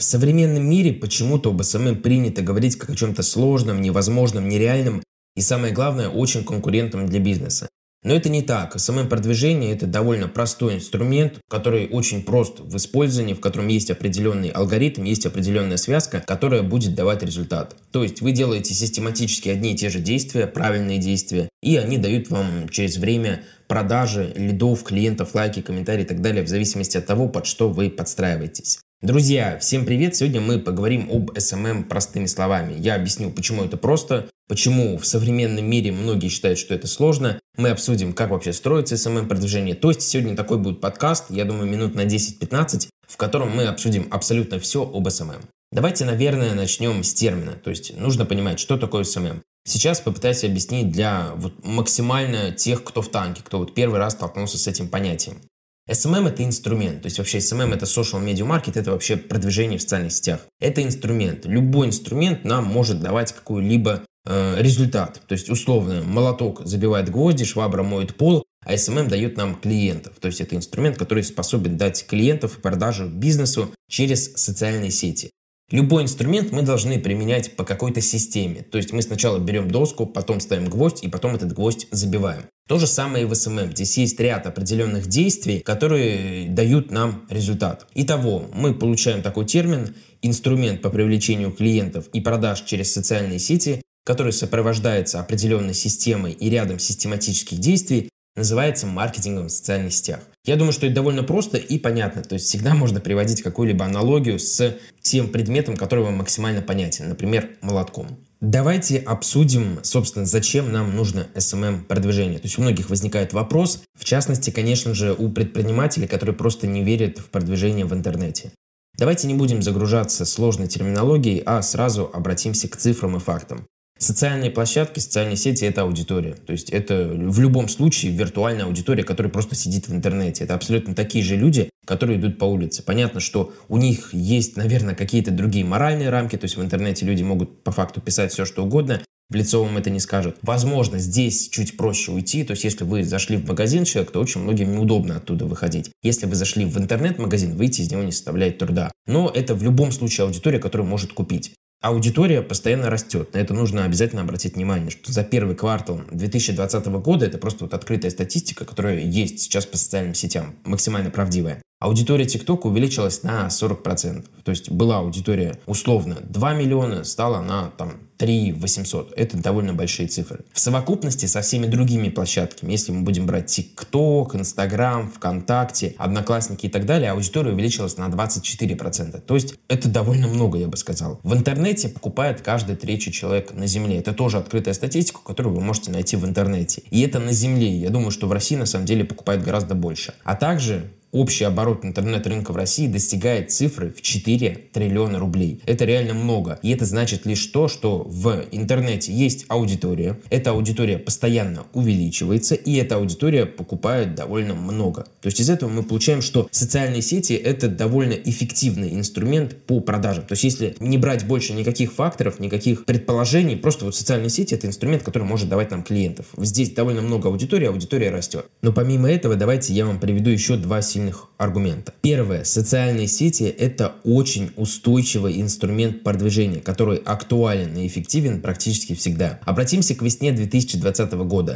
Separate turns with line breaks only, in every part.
В современном мире почему-то об SMM принято говорить как о чем-то сложном, невозможном, нереальном и, самое главное, очень конкурентном для бизнеса. Но это не так. SMM-продвижение – это довольно простой инструмент, который очень прост в использовании, в котором есть определенный алгоритм, есть определенная связка, которая будет давать результат. То есть вы делаете систематически одни и те же действия, правильные действия, и они дают вам через время продажи, лидов, клиентов, лайки, комментарии и так далее, в зависимости от того, под что вы подстраиваетесь. Друзья, всем привет! Сегодня мы поговорим об SMM простыми словами. Я объясню, почему это просто, почему в современном мире многие считают, что это сложно. Мы обсудим, как вообще строится SMM-продвижение. То есть сегодня такой будет подкаст, я думаю, минут на 10-15, в котором мы обсудим абсолютно все об SMM. Давайте, наверное, начнем с термина. То есть нужно понимать, что такое SMM. Сейчас попытаюсь объяснить для максимально тех, кто в танке, кто первый раз столкнулся с этим понятием. SMM – это инструмент, то есть вообще SMM – это social media market, это вообще продвижение в социальных сетях. Это инструмент. Любой инструмент нам может давать какой-либо результат. То есть условно молоток забивает гвозди, швабра моет пол, а SMM дает нам клиентов. То есть это инструмент, который способен дать клиентов и продажу бизнесу через социальные сети. Любой инструмент мы должны применять по какой-то системе. То есть мы сначала берем доску, потом ставим гвоздь и потом этот гвоздь забиваем. То же самое и в SMM. Здесь есть ряд определенных действий, которые дают нам результат. Итого, мы получаем такой термин «инструмент по привлечению клиентов и продаж через социальные сети», который сопровождается определенной системой и рядом систематических действий, называется маркетингом в социальных сетях. Я думаю, что это довольно просто и понятно. То есть всегда можно приводить какую-либо аналогию с тем предметом, который вам максимально понятен, например, молотком. Давайте обсудим, собственно, зачем нам нужно SMM-продвижение. То есть у многих возникает вопрос, в частности, конечно же, у предпринимателей, которые просто не верят в продвижение в интернете. Давайте не будем загружаться сложной терминологией, а сразу обратимся к цифрам и фактам. Социальные площадки, социальные сети – это аудитория. То есть это в любом случае виртуальная аудитория, которая просто сидит в интернете. Это абсолютно такие же люди, которые идут по улице. Понятно, что у них есть, наверное, какие-то другие моральные рамки. То есть в интернете люди могут по факту писать все, что угодно. В лицо вам это не скажут. Возможно, здесь чуть проще уйти. То есть если вы зашли в магазин человек, то очень многим неудобно оттуда выходить. Если вы зашли в интернет-магазин, выйти из него не составляет труда. Но это в любом случае аудитория, которую может купить. Аудитория постоянно растет. На это нужно обязательно обратить внимание, что за первый квартал 2020 года, это просто открытая статистика, которая есть сейчас по социальным сетям, максимально правдивая. Аудитория TikTok увеличилась на 40%. То есть была аудитория условно 2 миллиона, стала на 3 800. Это довольно большие цифры. В совокупности со всеми другими площадками, если мы будем брать TikTok, Instagram, ВКонтакте, Одноклассники и так далее, аудитория увеличилась на 24%. То есть это довольно много, я бы сказал. В интернете покупает каждый третий человек на Земле. Это тоже открытая статистика, которую вы можете найти в интернете. И это на Земле. Я думаю, что в России на самом деле покупает гораздо больше. А также общий оборот интернет-рынка в России достигает цифры в 4 триллиона рублей. Это реально много. И это значит лишь то, что в интернете есть аудитория. Эта аудитория постоянно увеличивается, и эта аудитория покупает довольно много. То есть из этого мы получаем, что социальные сети – это довольно эффективный инструмент по продажам. То есть если не брать больше никаких факторов, никаких предположений, просто социальные сети – это инструмент, который может давать нам клиентов. Здесь довольно много аудитории, аудитория растет. Но помимо этого, давайте я вам приведу еще два сильных аргумента. Первое. Социальные сети – это очень устойчивый инструмент продвижения, который актуален и эффективен практически всегда. Обратимся к весне 2020 года.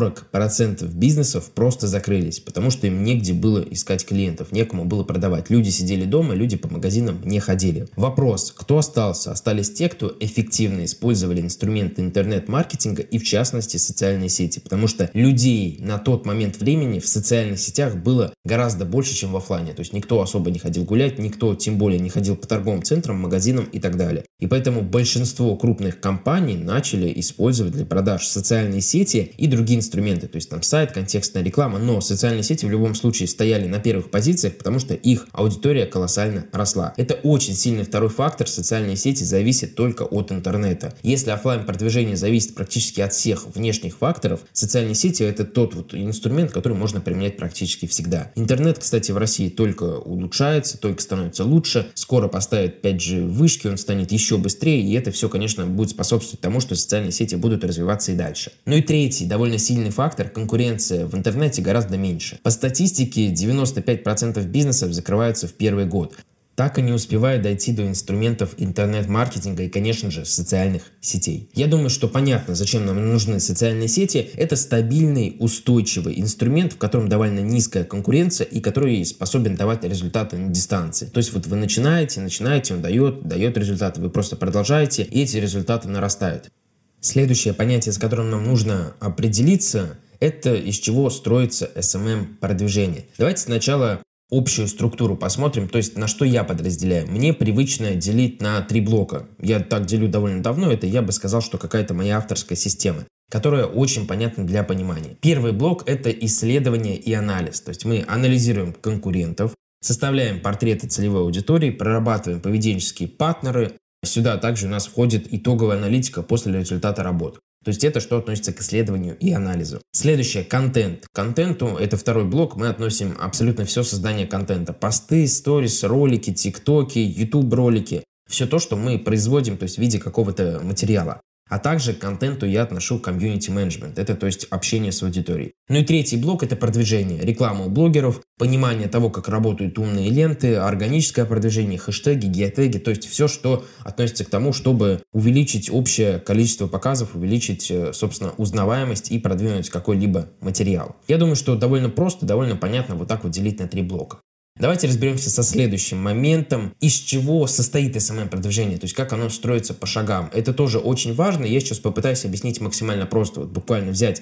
40% бизнесов просто закрылись, потому что им негде было искать клиентов, некому было продавать. Люди сидели дома, люди по магазинам не ходили. Вопрос, кто остался? Остались те, кто эффективно использовали инструменты интернет-маркетинга и в частности социальные сети, потому что людей на тот момент времени в социальных сетях было гораздо больше, чем в офлайне. То есть никто особо не ходил гулять, никто тем более не ходил по торговым центрам, магазинам и так далее. И поэтому большинство крупных компаний начали использовать для продаж социальные сети и другие инструменты. То есть там сайт, контекстная реклама, но социальные сети в любом случае стояли на первых позициях, потому что их аудитория колоссально росла. Это очень сильный второй фактор. Социальные сети зависят только от интернета. Если офлайн-продвижение зависит практически от всех внешних факторов, социальные сети – это тот инструмент, который можно применять практически всегда. Интернет, кстати, в России только улучшается, только становится лучше. Скоро поставят 5G вышки, он станет еще быстрее, и это все, конечно, будет способствовать тому, что социальные сети будут развиваться и дальше. Ну и третий, довольно сильный фактор – конкуренция в интернете гораздо меньше. По статистике, 95% бизнесов закрываются в первый год. так и не успевая дойти до инструментов интернет-маркетинга и, конечно же, социальных сетей. Я думаю, что понятно, зачем нам нужны социальные сети. Это стабильный, устойчивый инструмент, в котором довольно низкая конкуренция и который способен давать результаты на дистанции. То есть вот вы начинаете, он дает результаты, вы просто продолжаете, и эти результаты нарастают. Следующее понятие, с которым нам нужно определиться, это из чего строится SMM-продвижение. Давайте сначала общую структуру посмотрим, то есть на что я подразделяю. Мне привычно делить на 3 блока. Я так делю довольно давно, это я бы сказал, что какая-то моя авторская система, которая очень понятна для понимания. Первый блок – это исследование и анализ. То есть мы анализируем конкурентов, составляем портреты целевой аудитории, прорабатываем поведенческие партнеры. Сюда также у нас входит итоговая аналитика после результата работ. То есть это что относится к исследованию и анализу. Следующее – контент. К контенту, это второй блок, мы относим абсолютно все создание контента. Посты, сторис, ролики, тиктоки, ютуб ролики. Все то, что мы производим, то есть в виде какого-то материала. А также к контенту я отношу комьюнити менеджмент. Это то есть общение с аудиторией. Ну и третий блок – это продвижение. Реклама у блогеров, понимание того, как работают умные ленты, органическое продвижение, хэштеги, геотеги. То есть все, что относится к тому, чтобы увеличить общее количество показов, увеличить, собственно, узнаваемость и продвинуть какой-либо материал. Я думаю, что довольно просто, довольно понятно вот так вот делить на 3 блока. Давайте разберемся со следующим моментом, из чего состоит SMM-продвижение, то есть как оно строится по шагам. Это тоже очень важно, я сейчас попытаюсь объяснить максимально просто, вот буквально взять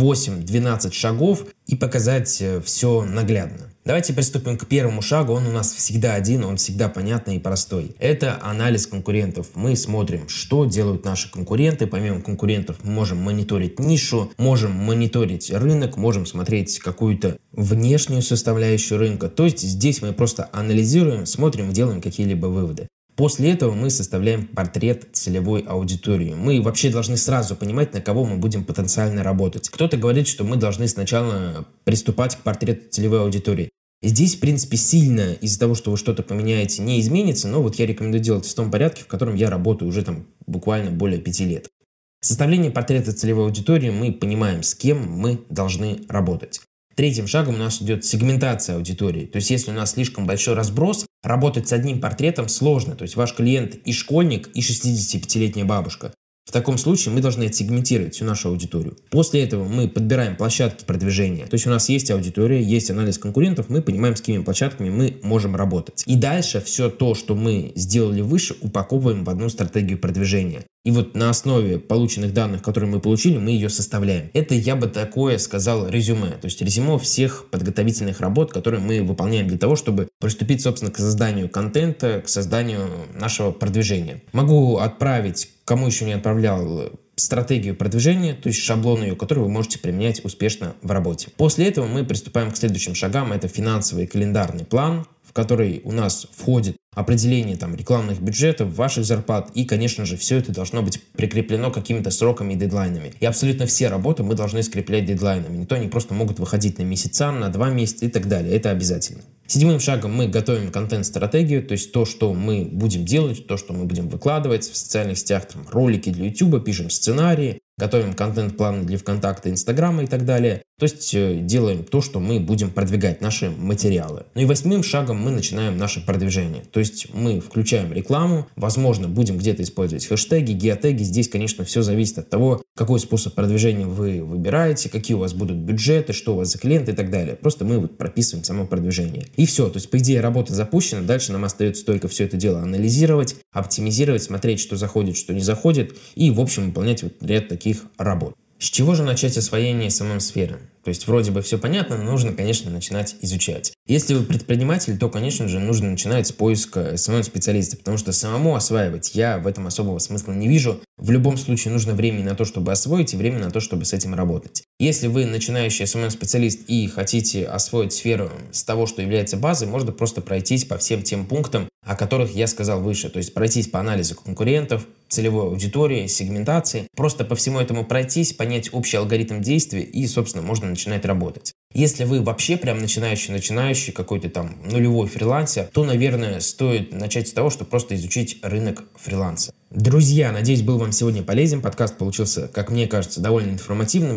8-12 шагов и показать все наглядно. Давайте приступим к первому шагу, он у нас всегда один, он всегда понятный и простой. Это анализ конкурентов. Мы смотрим, что делают наши конкуренты. Помимо конкурентов мы можем мониторить нишу, можем мониторить рынок, можем смотреть какую-то внешнюю составляющую рынка. То есть здесь мы просто анализируем, смотрим и делаем какие-либо выводы. После этого мы составляем портрет целевой аудитории. Мы вообще должны сразу понимать, на кого мы будем потенциально работать. Кто-то говорит, что мы должны сначала приступать к портрету целевой аудитории. Здесь, в принципе, сильно из-за того, что вы что-то поменяете, не изменится, но вот я рекомендую делать в том порядке, в котором я работаю уже там буквально более 5 лет. Составление портрета целевой аудитории мы понимаем, с кем мы должны работать. Третьим шагом у нас идет сегментация аудитории. То есть, если у нас слишком большой разброс, работать с одним портретом сложно. То есть, ваш клиент и школьник, и 65-летняя бабушка. В таком случае мы должны отсегментировать всю нашу аудиторию. После этого мы подбираем площадки продвижения. То есть, у нас есть аудитория, есть анализ конкурентов, мы понимаем, с какими площадками мы можем работать. И дальше все то, что мы сделали выше, упаковываем в одну стратегию продвижения. И вот на основе полученных данных, которые мы получили, мы ее составляем. Это, я бы такое сказал, резюме. То есть резюме всех подготовительных работ, которые мы выполняем для того, чтобы приступить, собственно, к созданию контента, к созданию нашего продвижения. Могу отправить, кому еще не отправлял, стратегию продвижения, то есть шаблон ее, который вы можете применять успешно в работе. После этого мы приступаем к следующим шагам. Это финансовый календарный план, в который у нас входит определение рекламных бюджетов, ваших зарплат, и, конечно же, все это должно быть прикреплено какими-то сроками и дедлайнами. И абсолютно все работы мы должны скреплять дедлайнами. Не то они просто могут выходить на месяца, на 2 месяца и так далее. Это обязательно. 7 шагом мы готовим контент-стратегию, то есть то, что мы будем делать, то, что мы будем выкладывать в социальных сетях, ролики для YouTube, пишем сценарии, готовим контент-планы для ВКонтакта, Инстаграма и так далее. То есть делаем то, что мы будем продвигать, наши материалы. Ну и 8 шагом мы начинаем наше продвижение. То есть мы включаем рекламу, возможно, будем где-то использовать хэштеги, геотеги. Здесь, конечно, все зависит от того, какой способ продвижения вы выбираете, какие у вас будут бюджеты, что у вас за клиенты и так далее. Просто мы прописываем само продвижение. И все. То есть, по идее, работа запущена. Дальше нам остается только все это дело анализировать, оптимизировать, смотреть, что заходит, что не заходит. И, в общем, выполнять ряд таких работ. С чего же начать освоение SMM-сферы? То есть вроде бы все понятно, но нужно, конечно, начинать изучать. Если вы предприниматель, то, конечно же, нужно начинать с поиска SMM-специалиста, потому что самому осваивать я в этом особого смысла не вижу. В любом случае нужно время на то, чтобы освоить, и время на то, чтобы с этим работать. Если вы начинающий SMM-специалист и хотите освоить сферу с того, что является базой, можно просто пройтись по всем тем пунктам, о которых я сказал выше. То есть пройтись по анализу конкурентов, целевой аудитории, сегментации. Просто по всему этому пройтись, понять общий алгоритм действий и, собственно, можно начинать работать. Если вы вообще прям начинающий какой-то нулевой фрилансер, то, наверное, стоит начать с того, чтобы просто изучить рынок фриланса. Друзья, надеюсь, был вам сегодня полезен. Подкаст получился, как мне кажется, довольно информативным. Если есть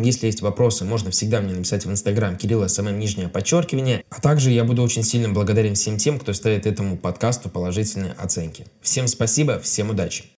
вопросы, можно всегда мне написать в Инстаграм Кирилл СММ _. А также я буду очень сильно благодарен всем тем, кто ставит этому подкасту положительные оценки. Всем спасибо, всем удачи!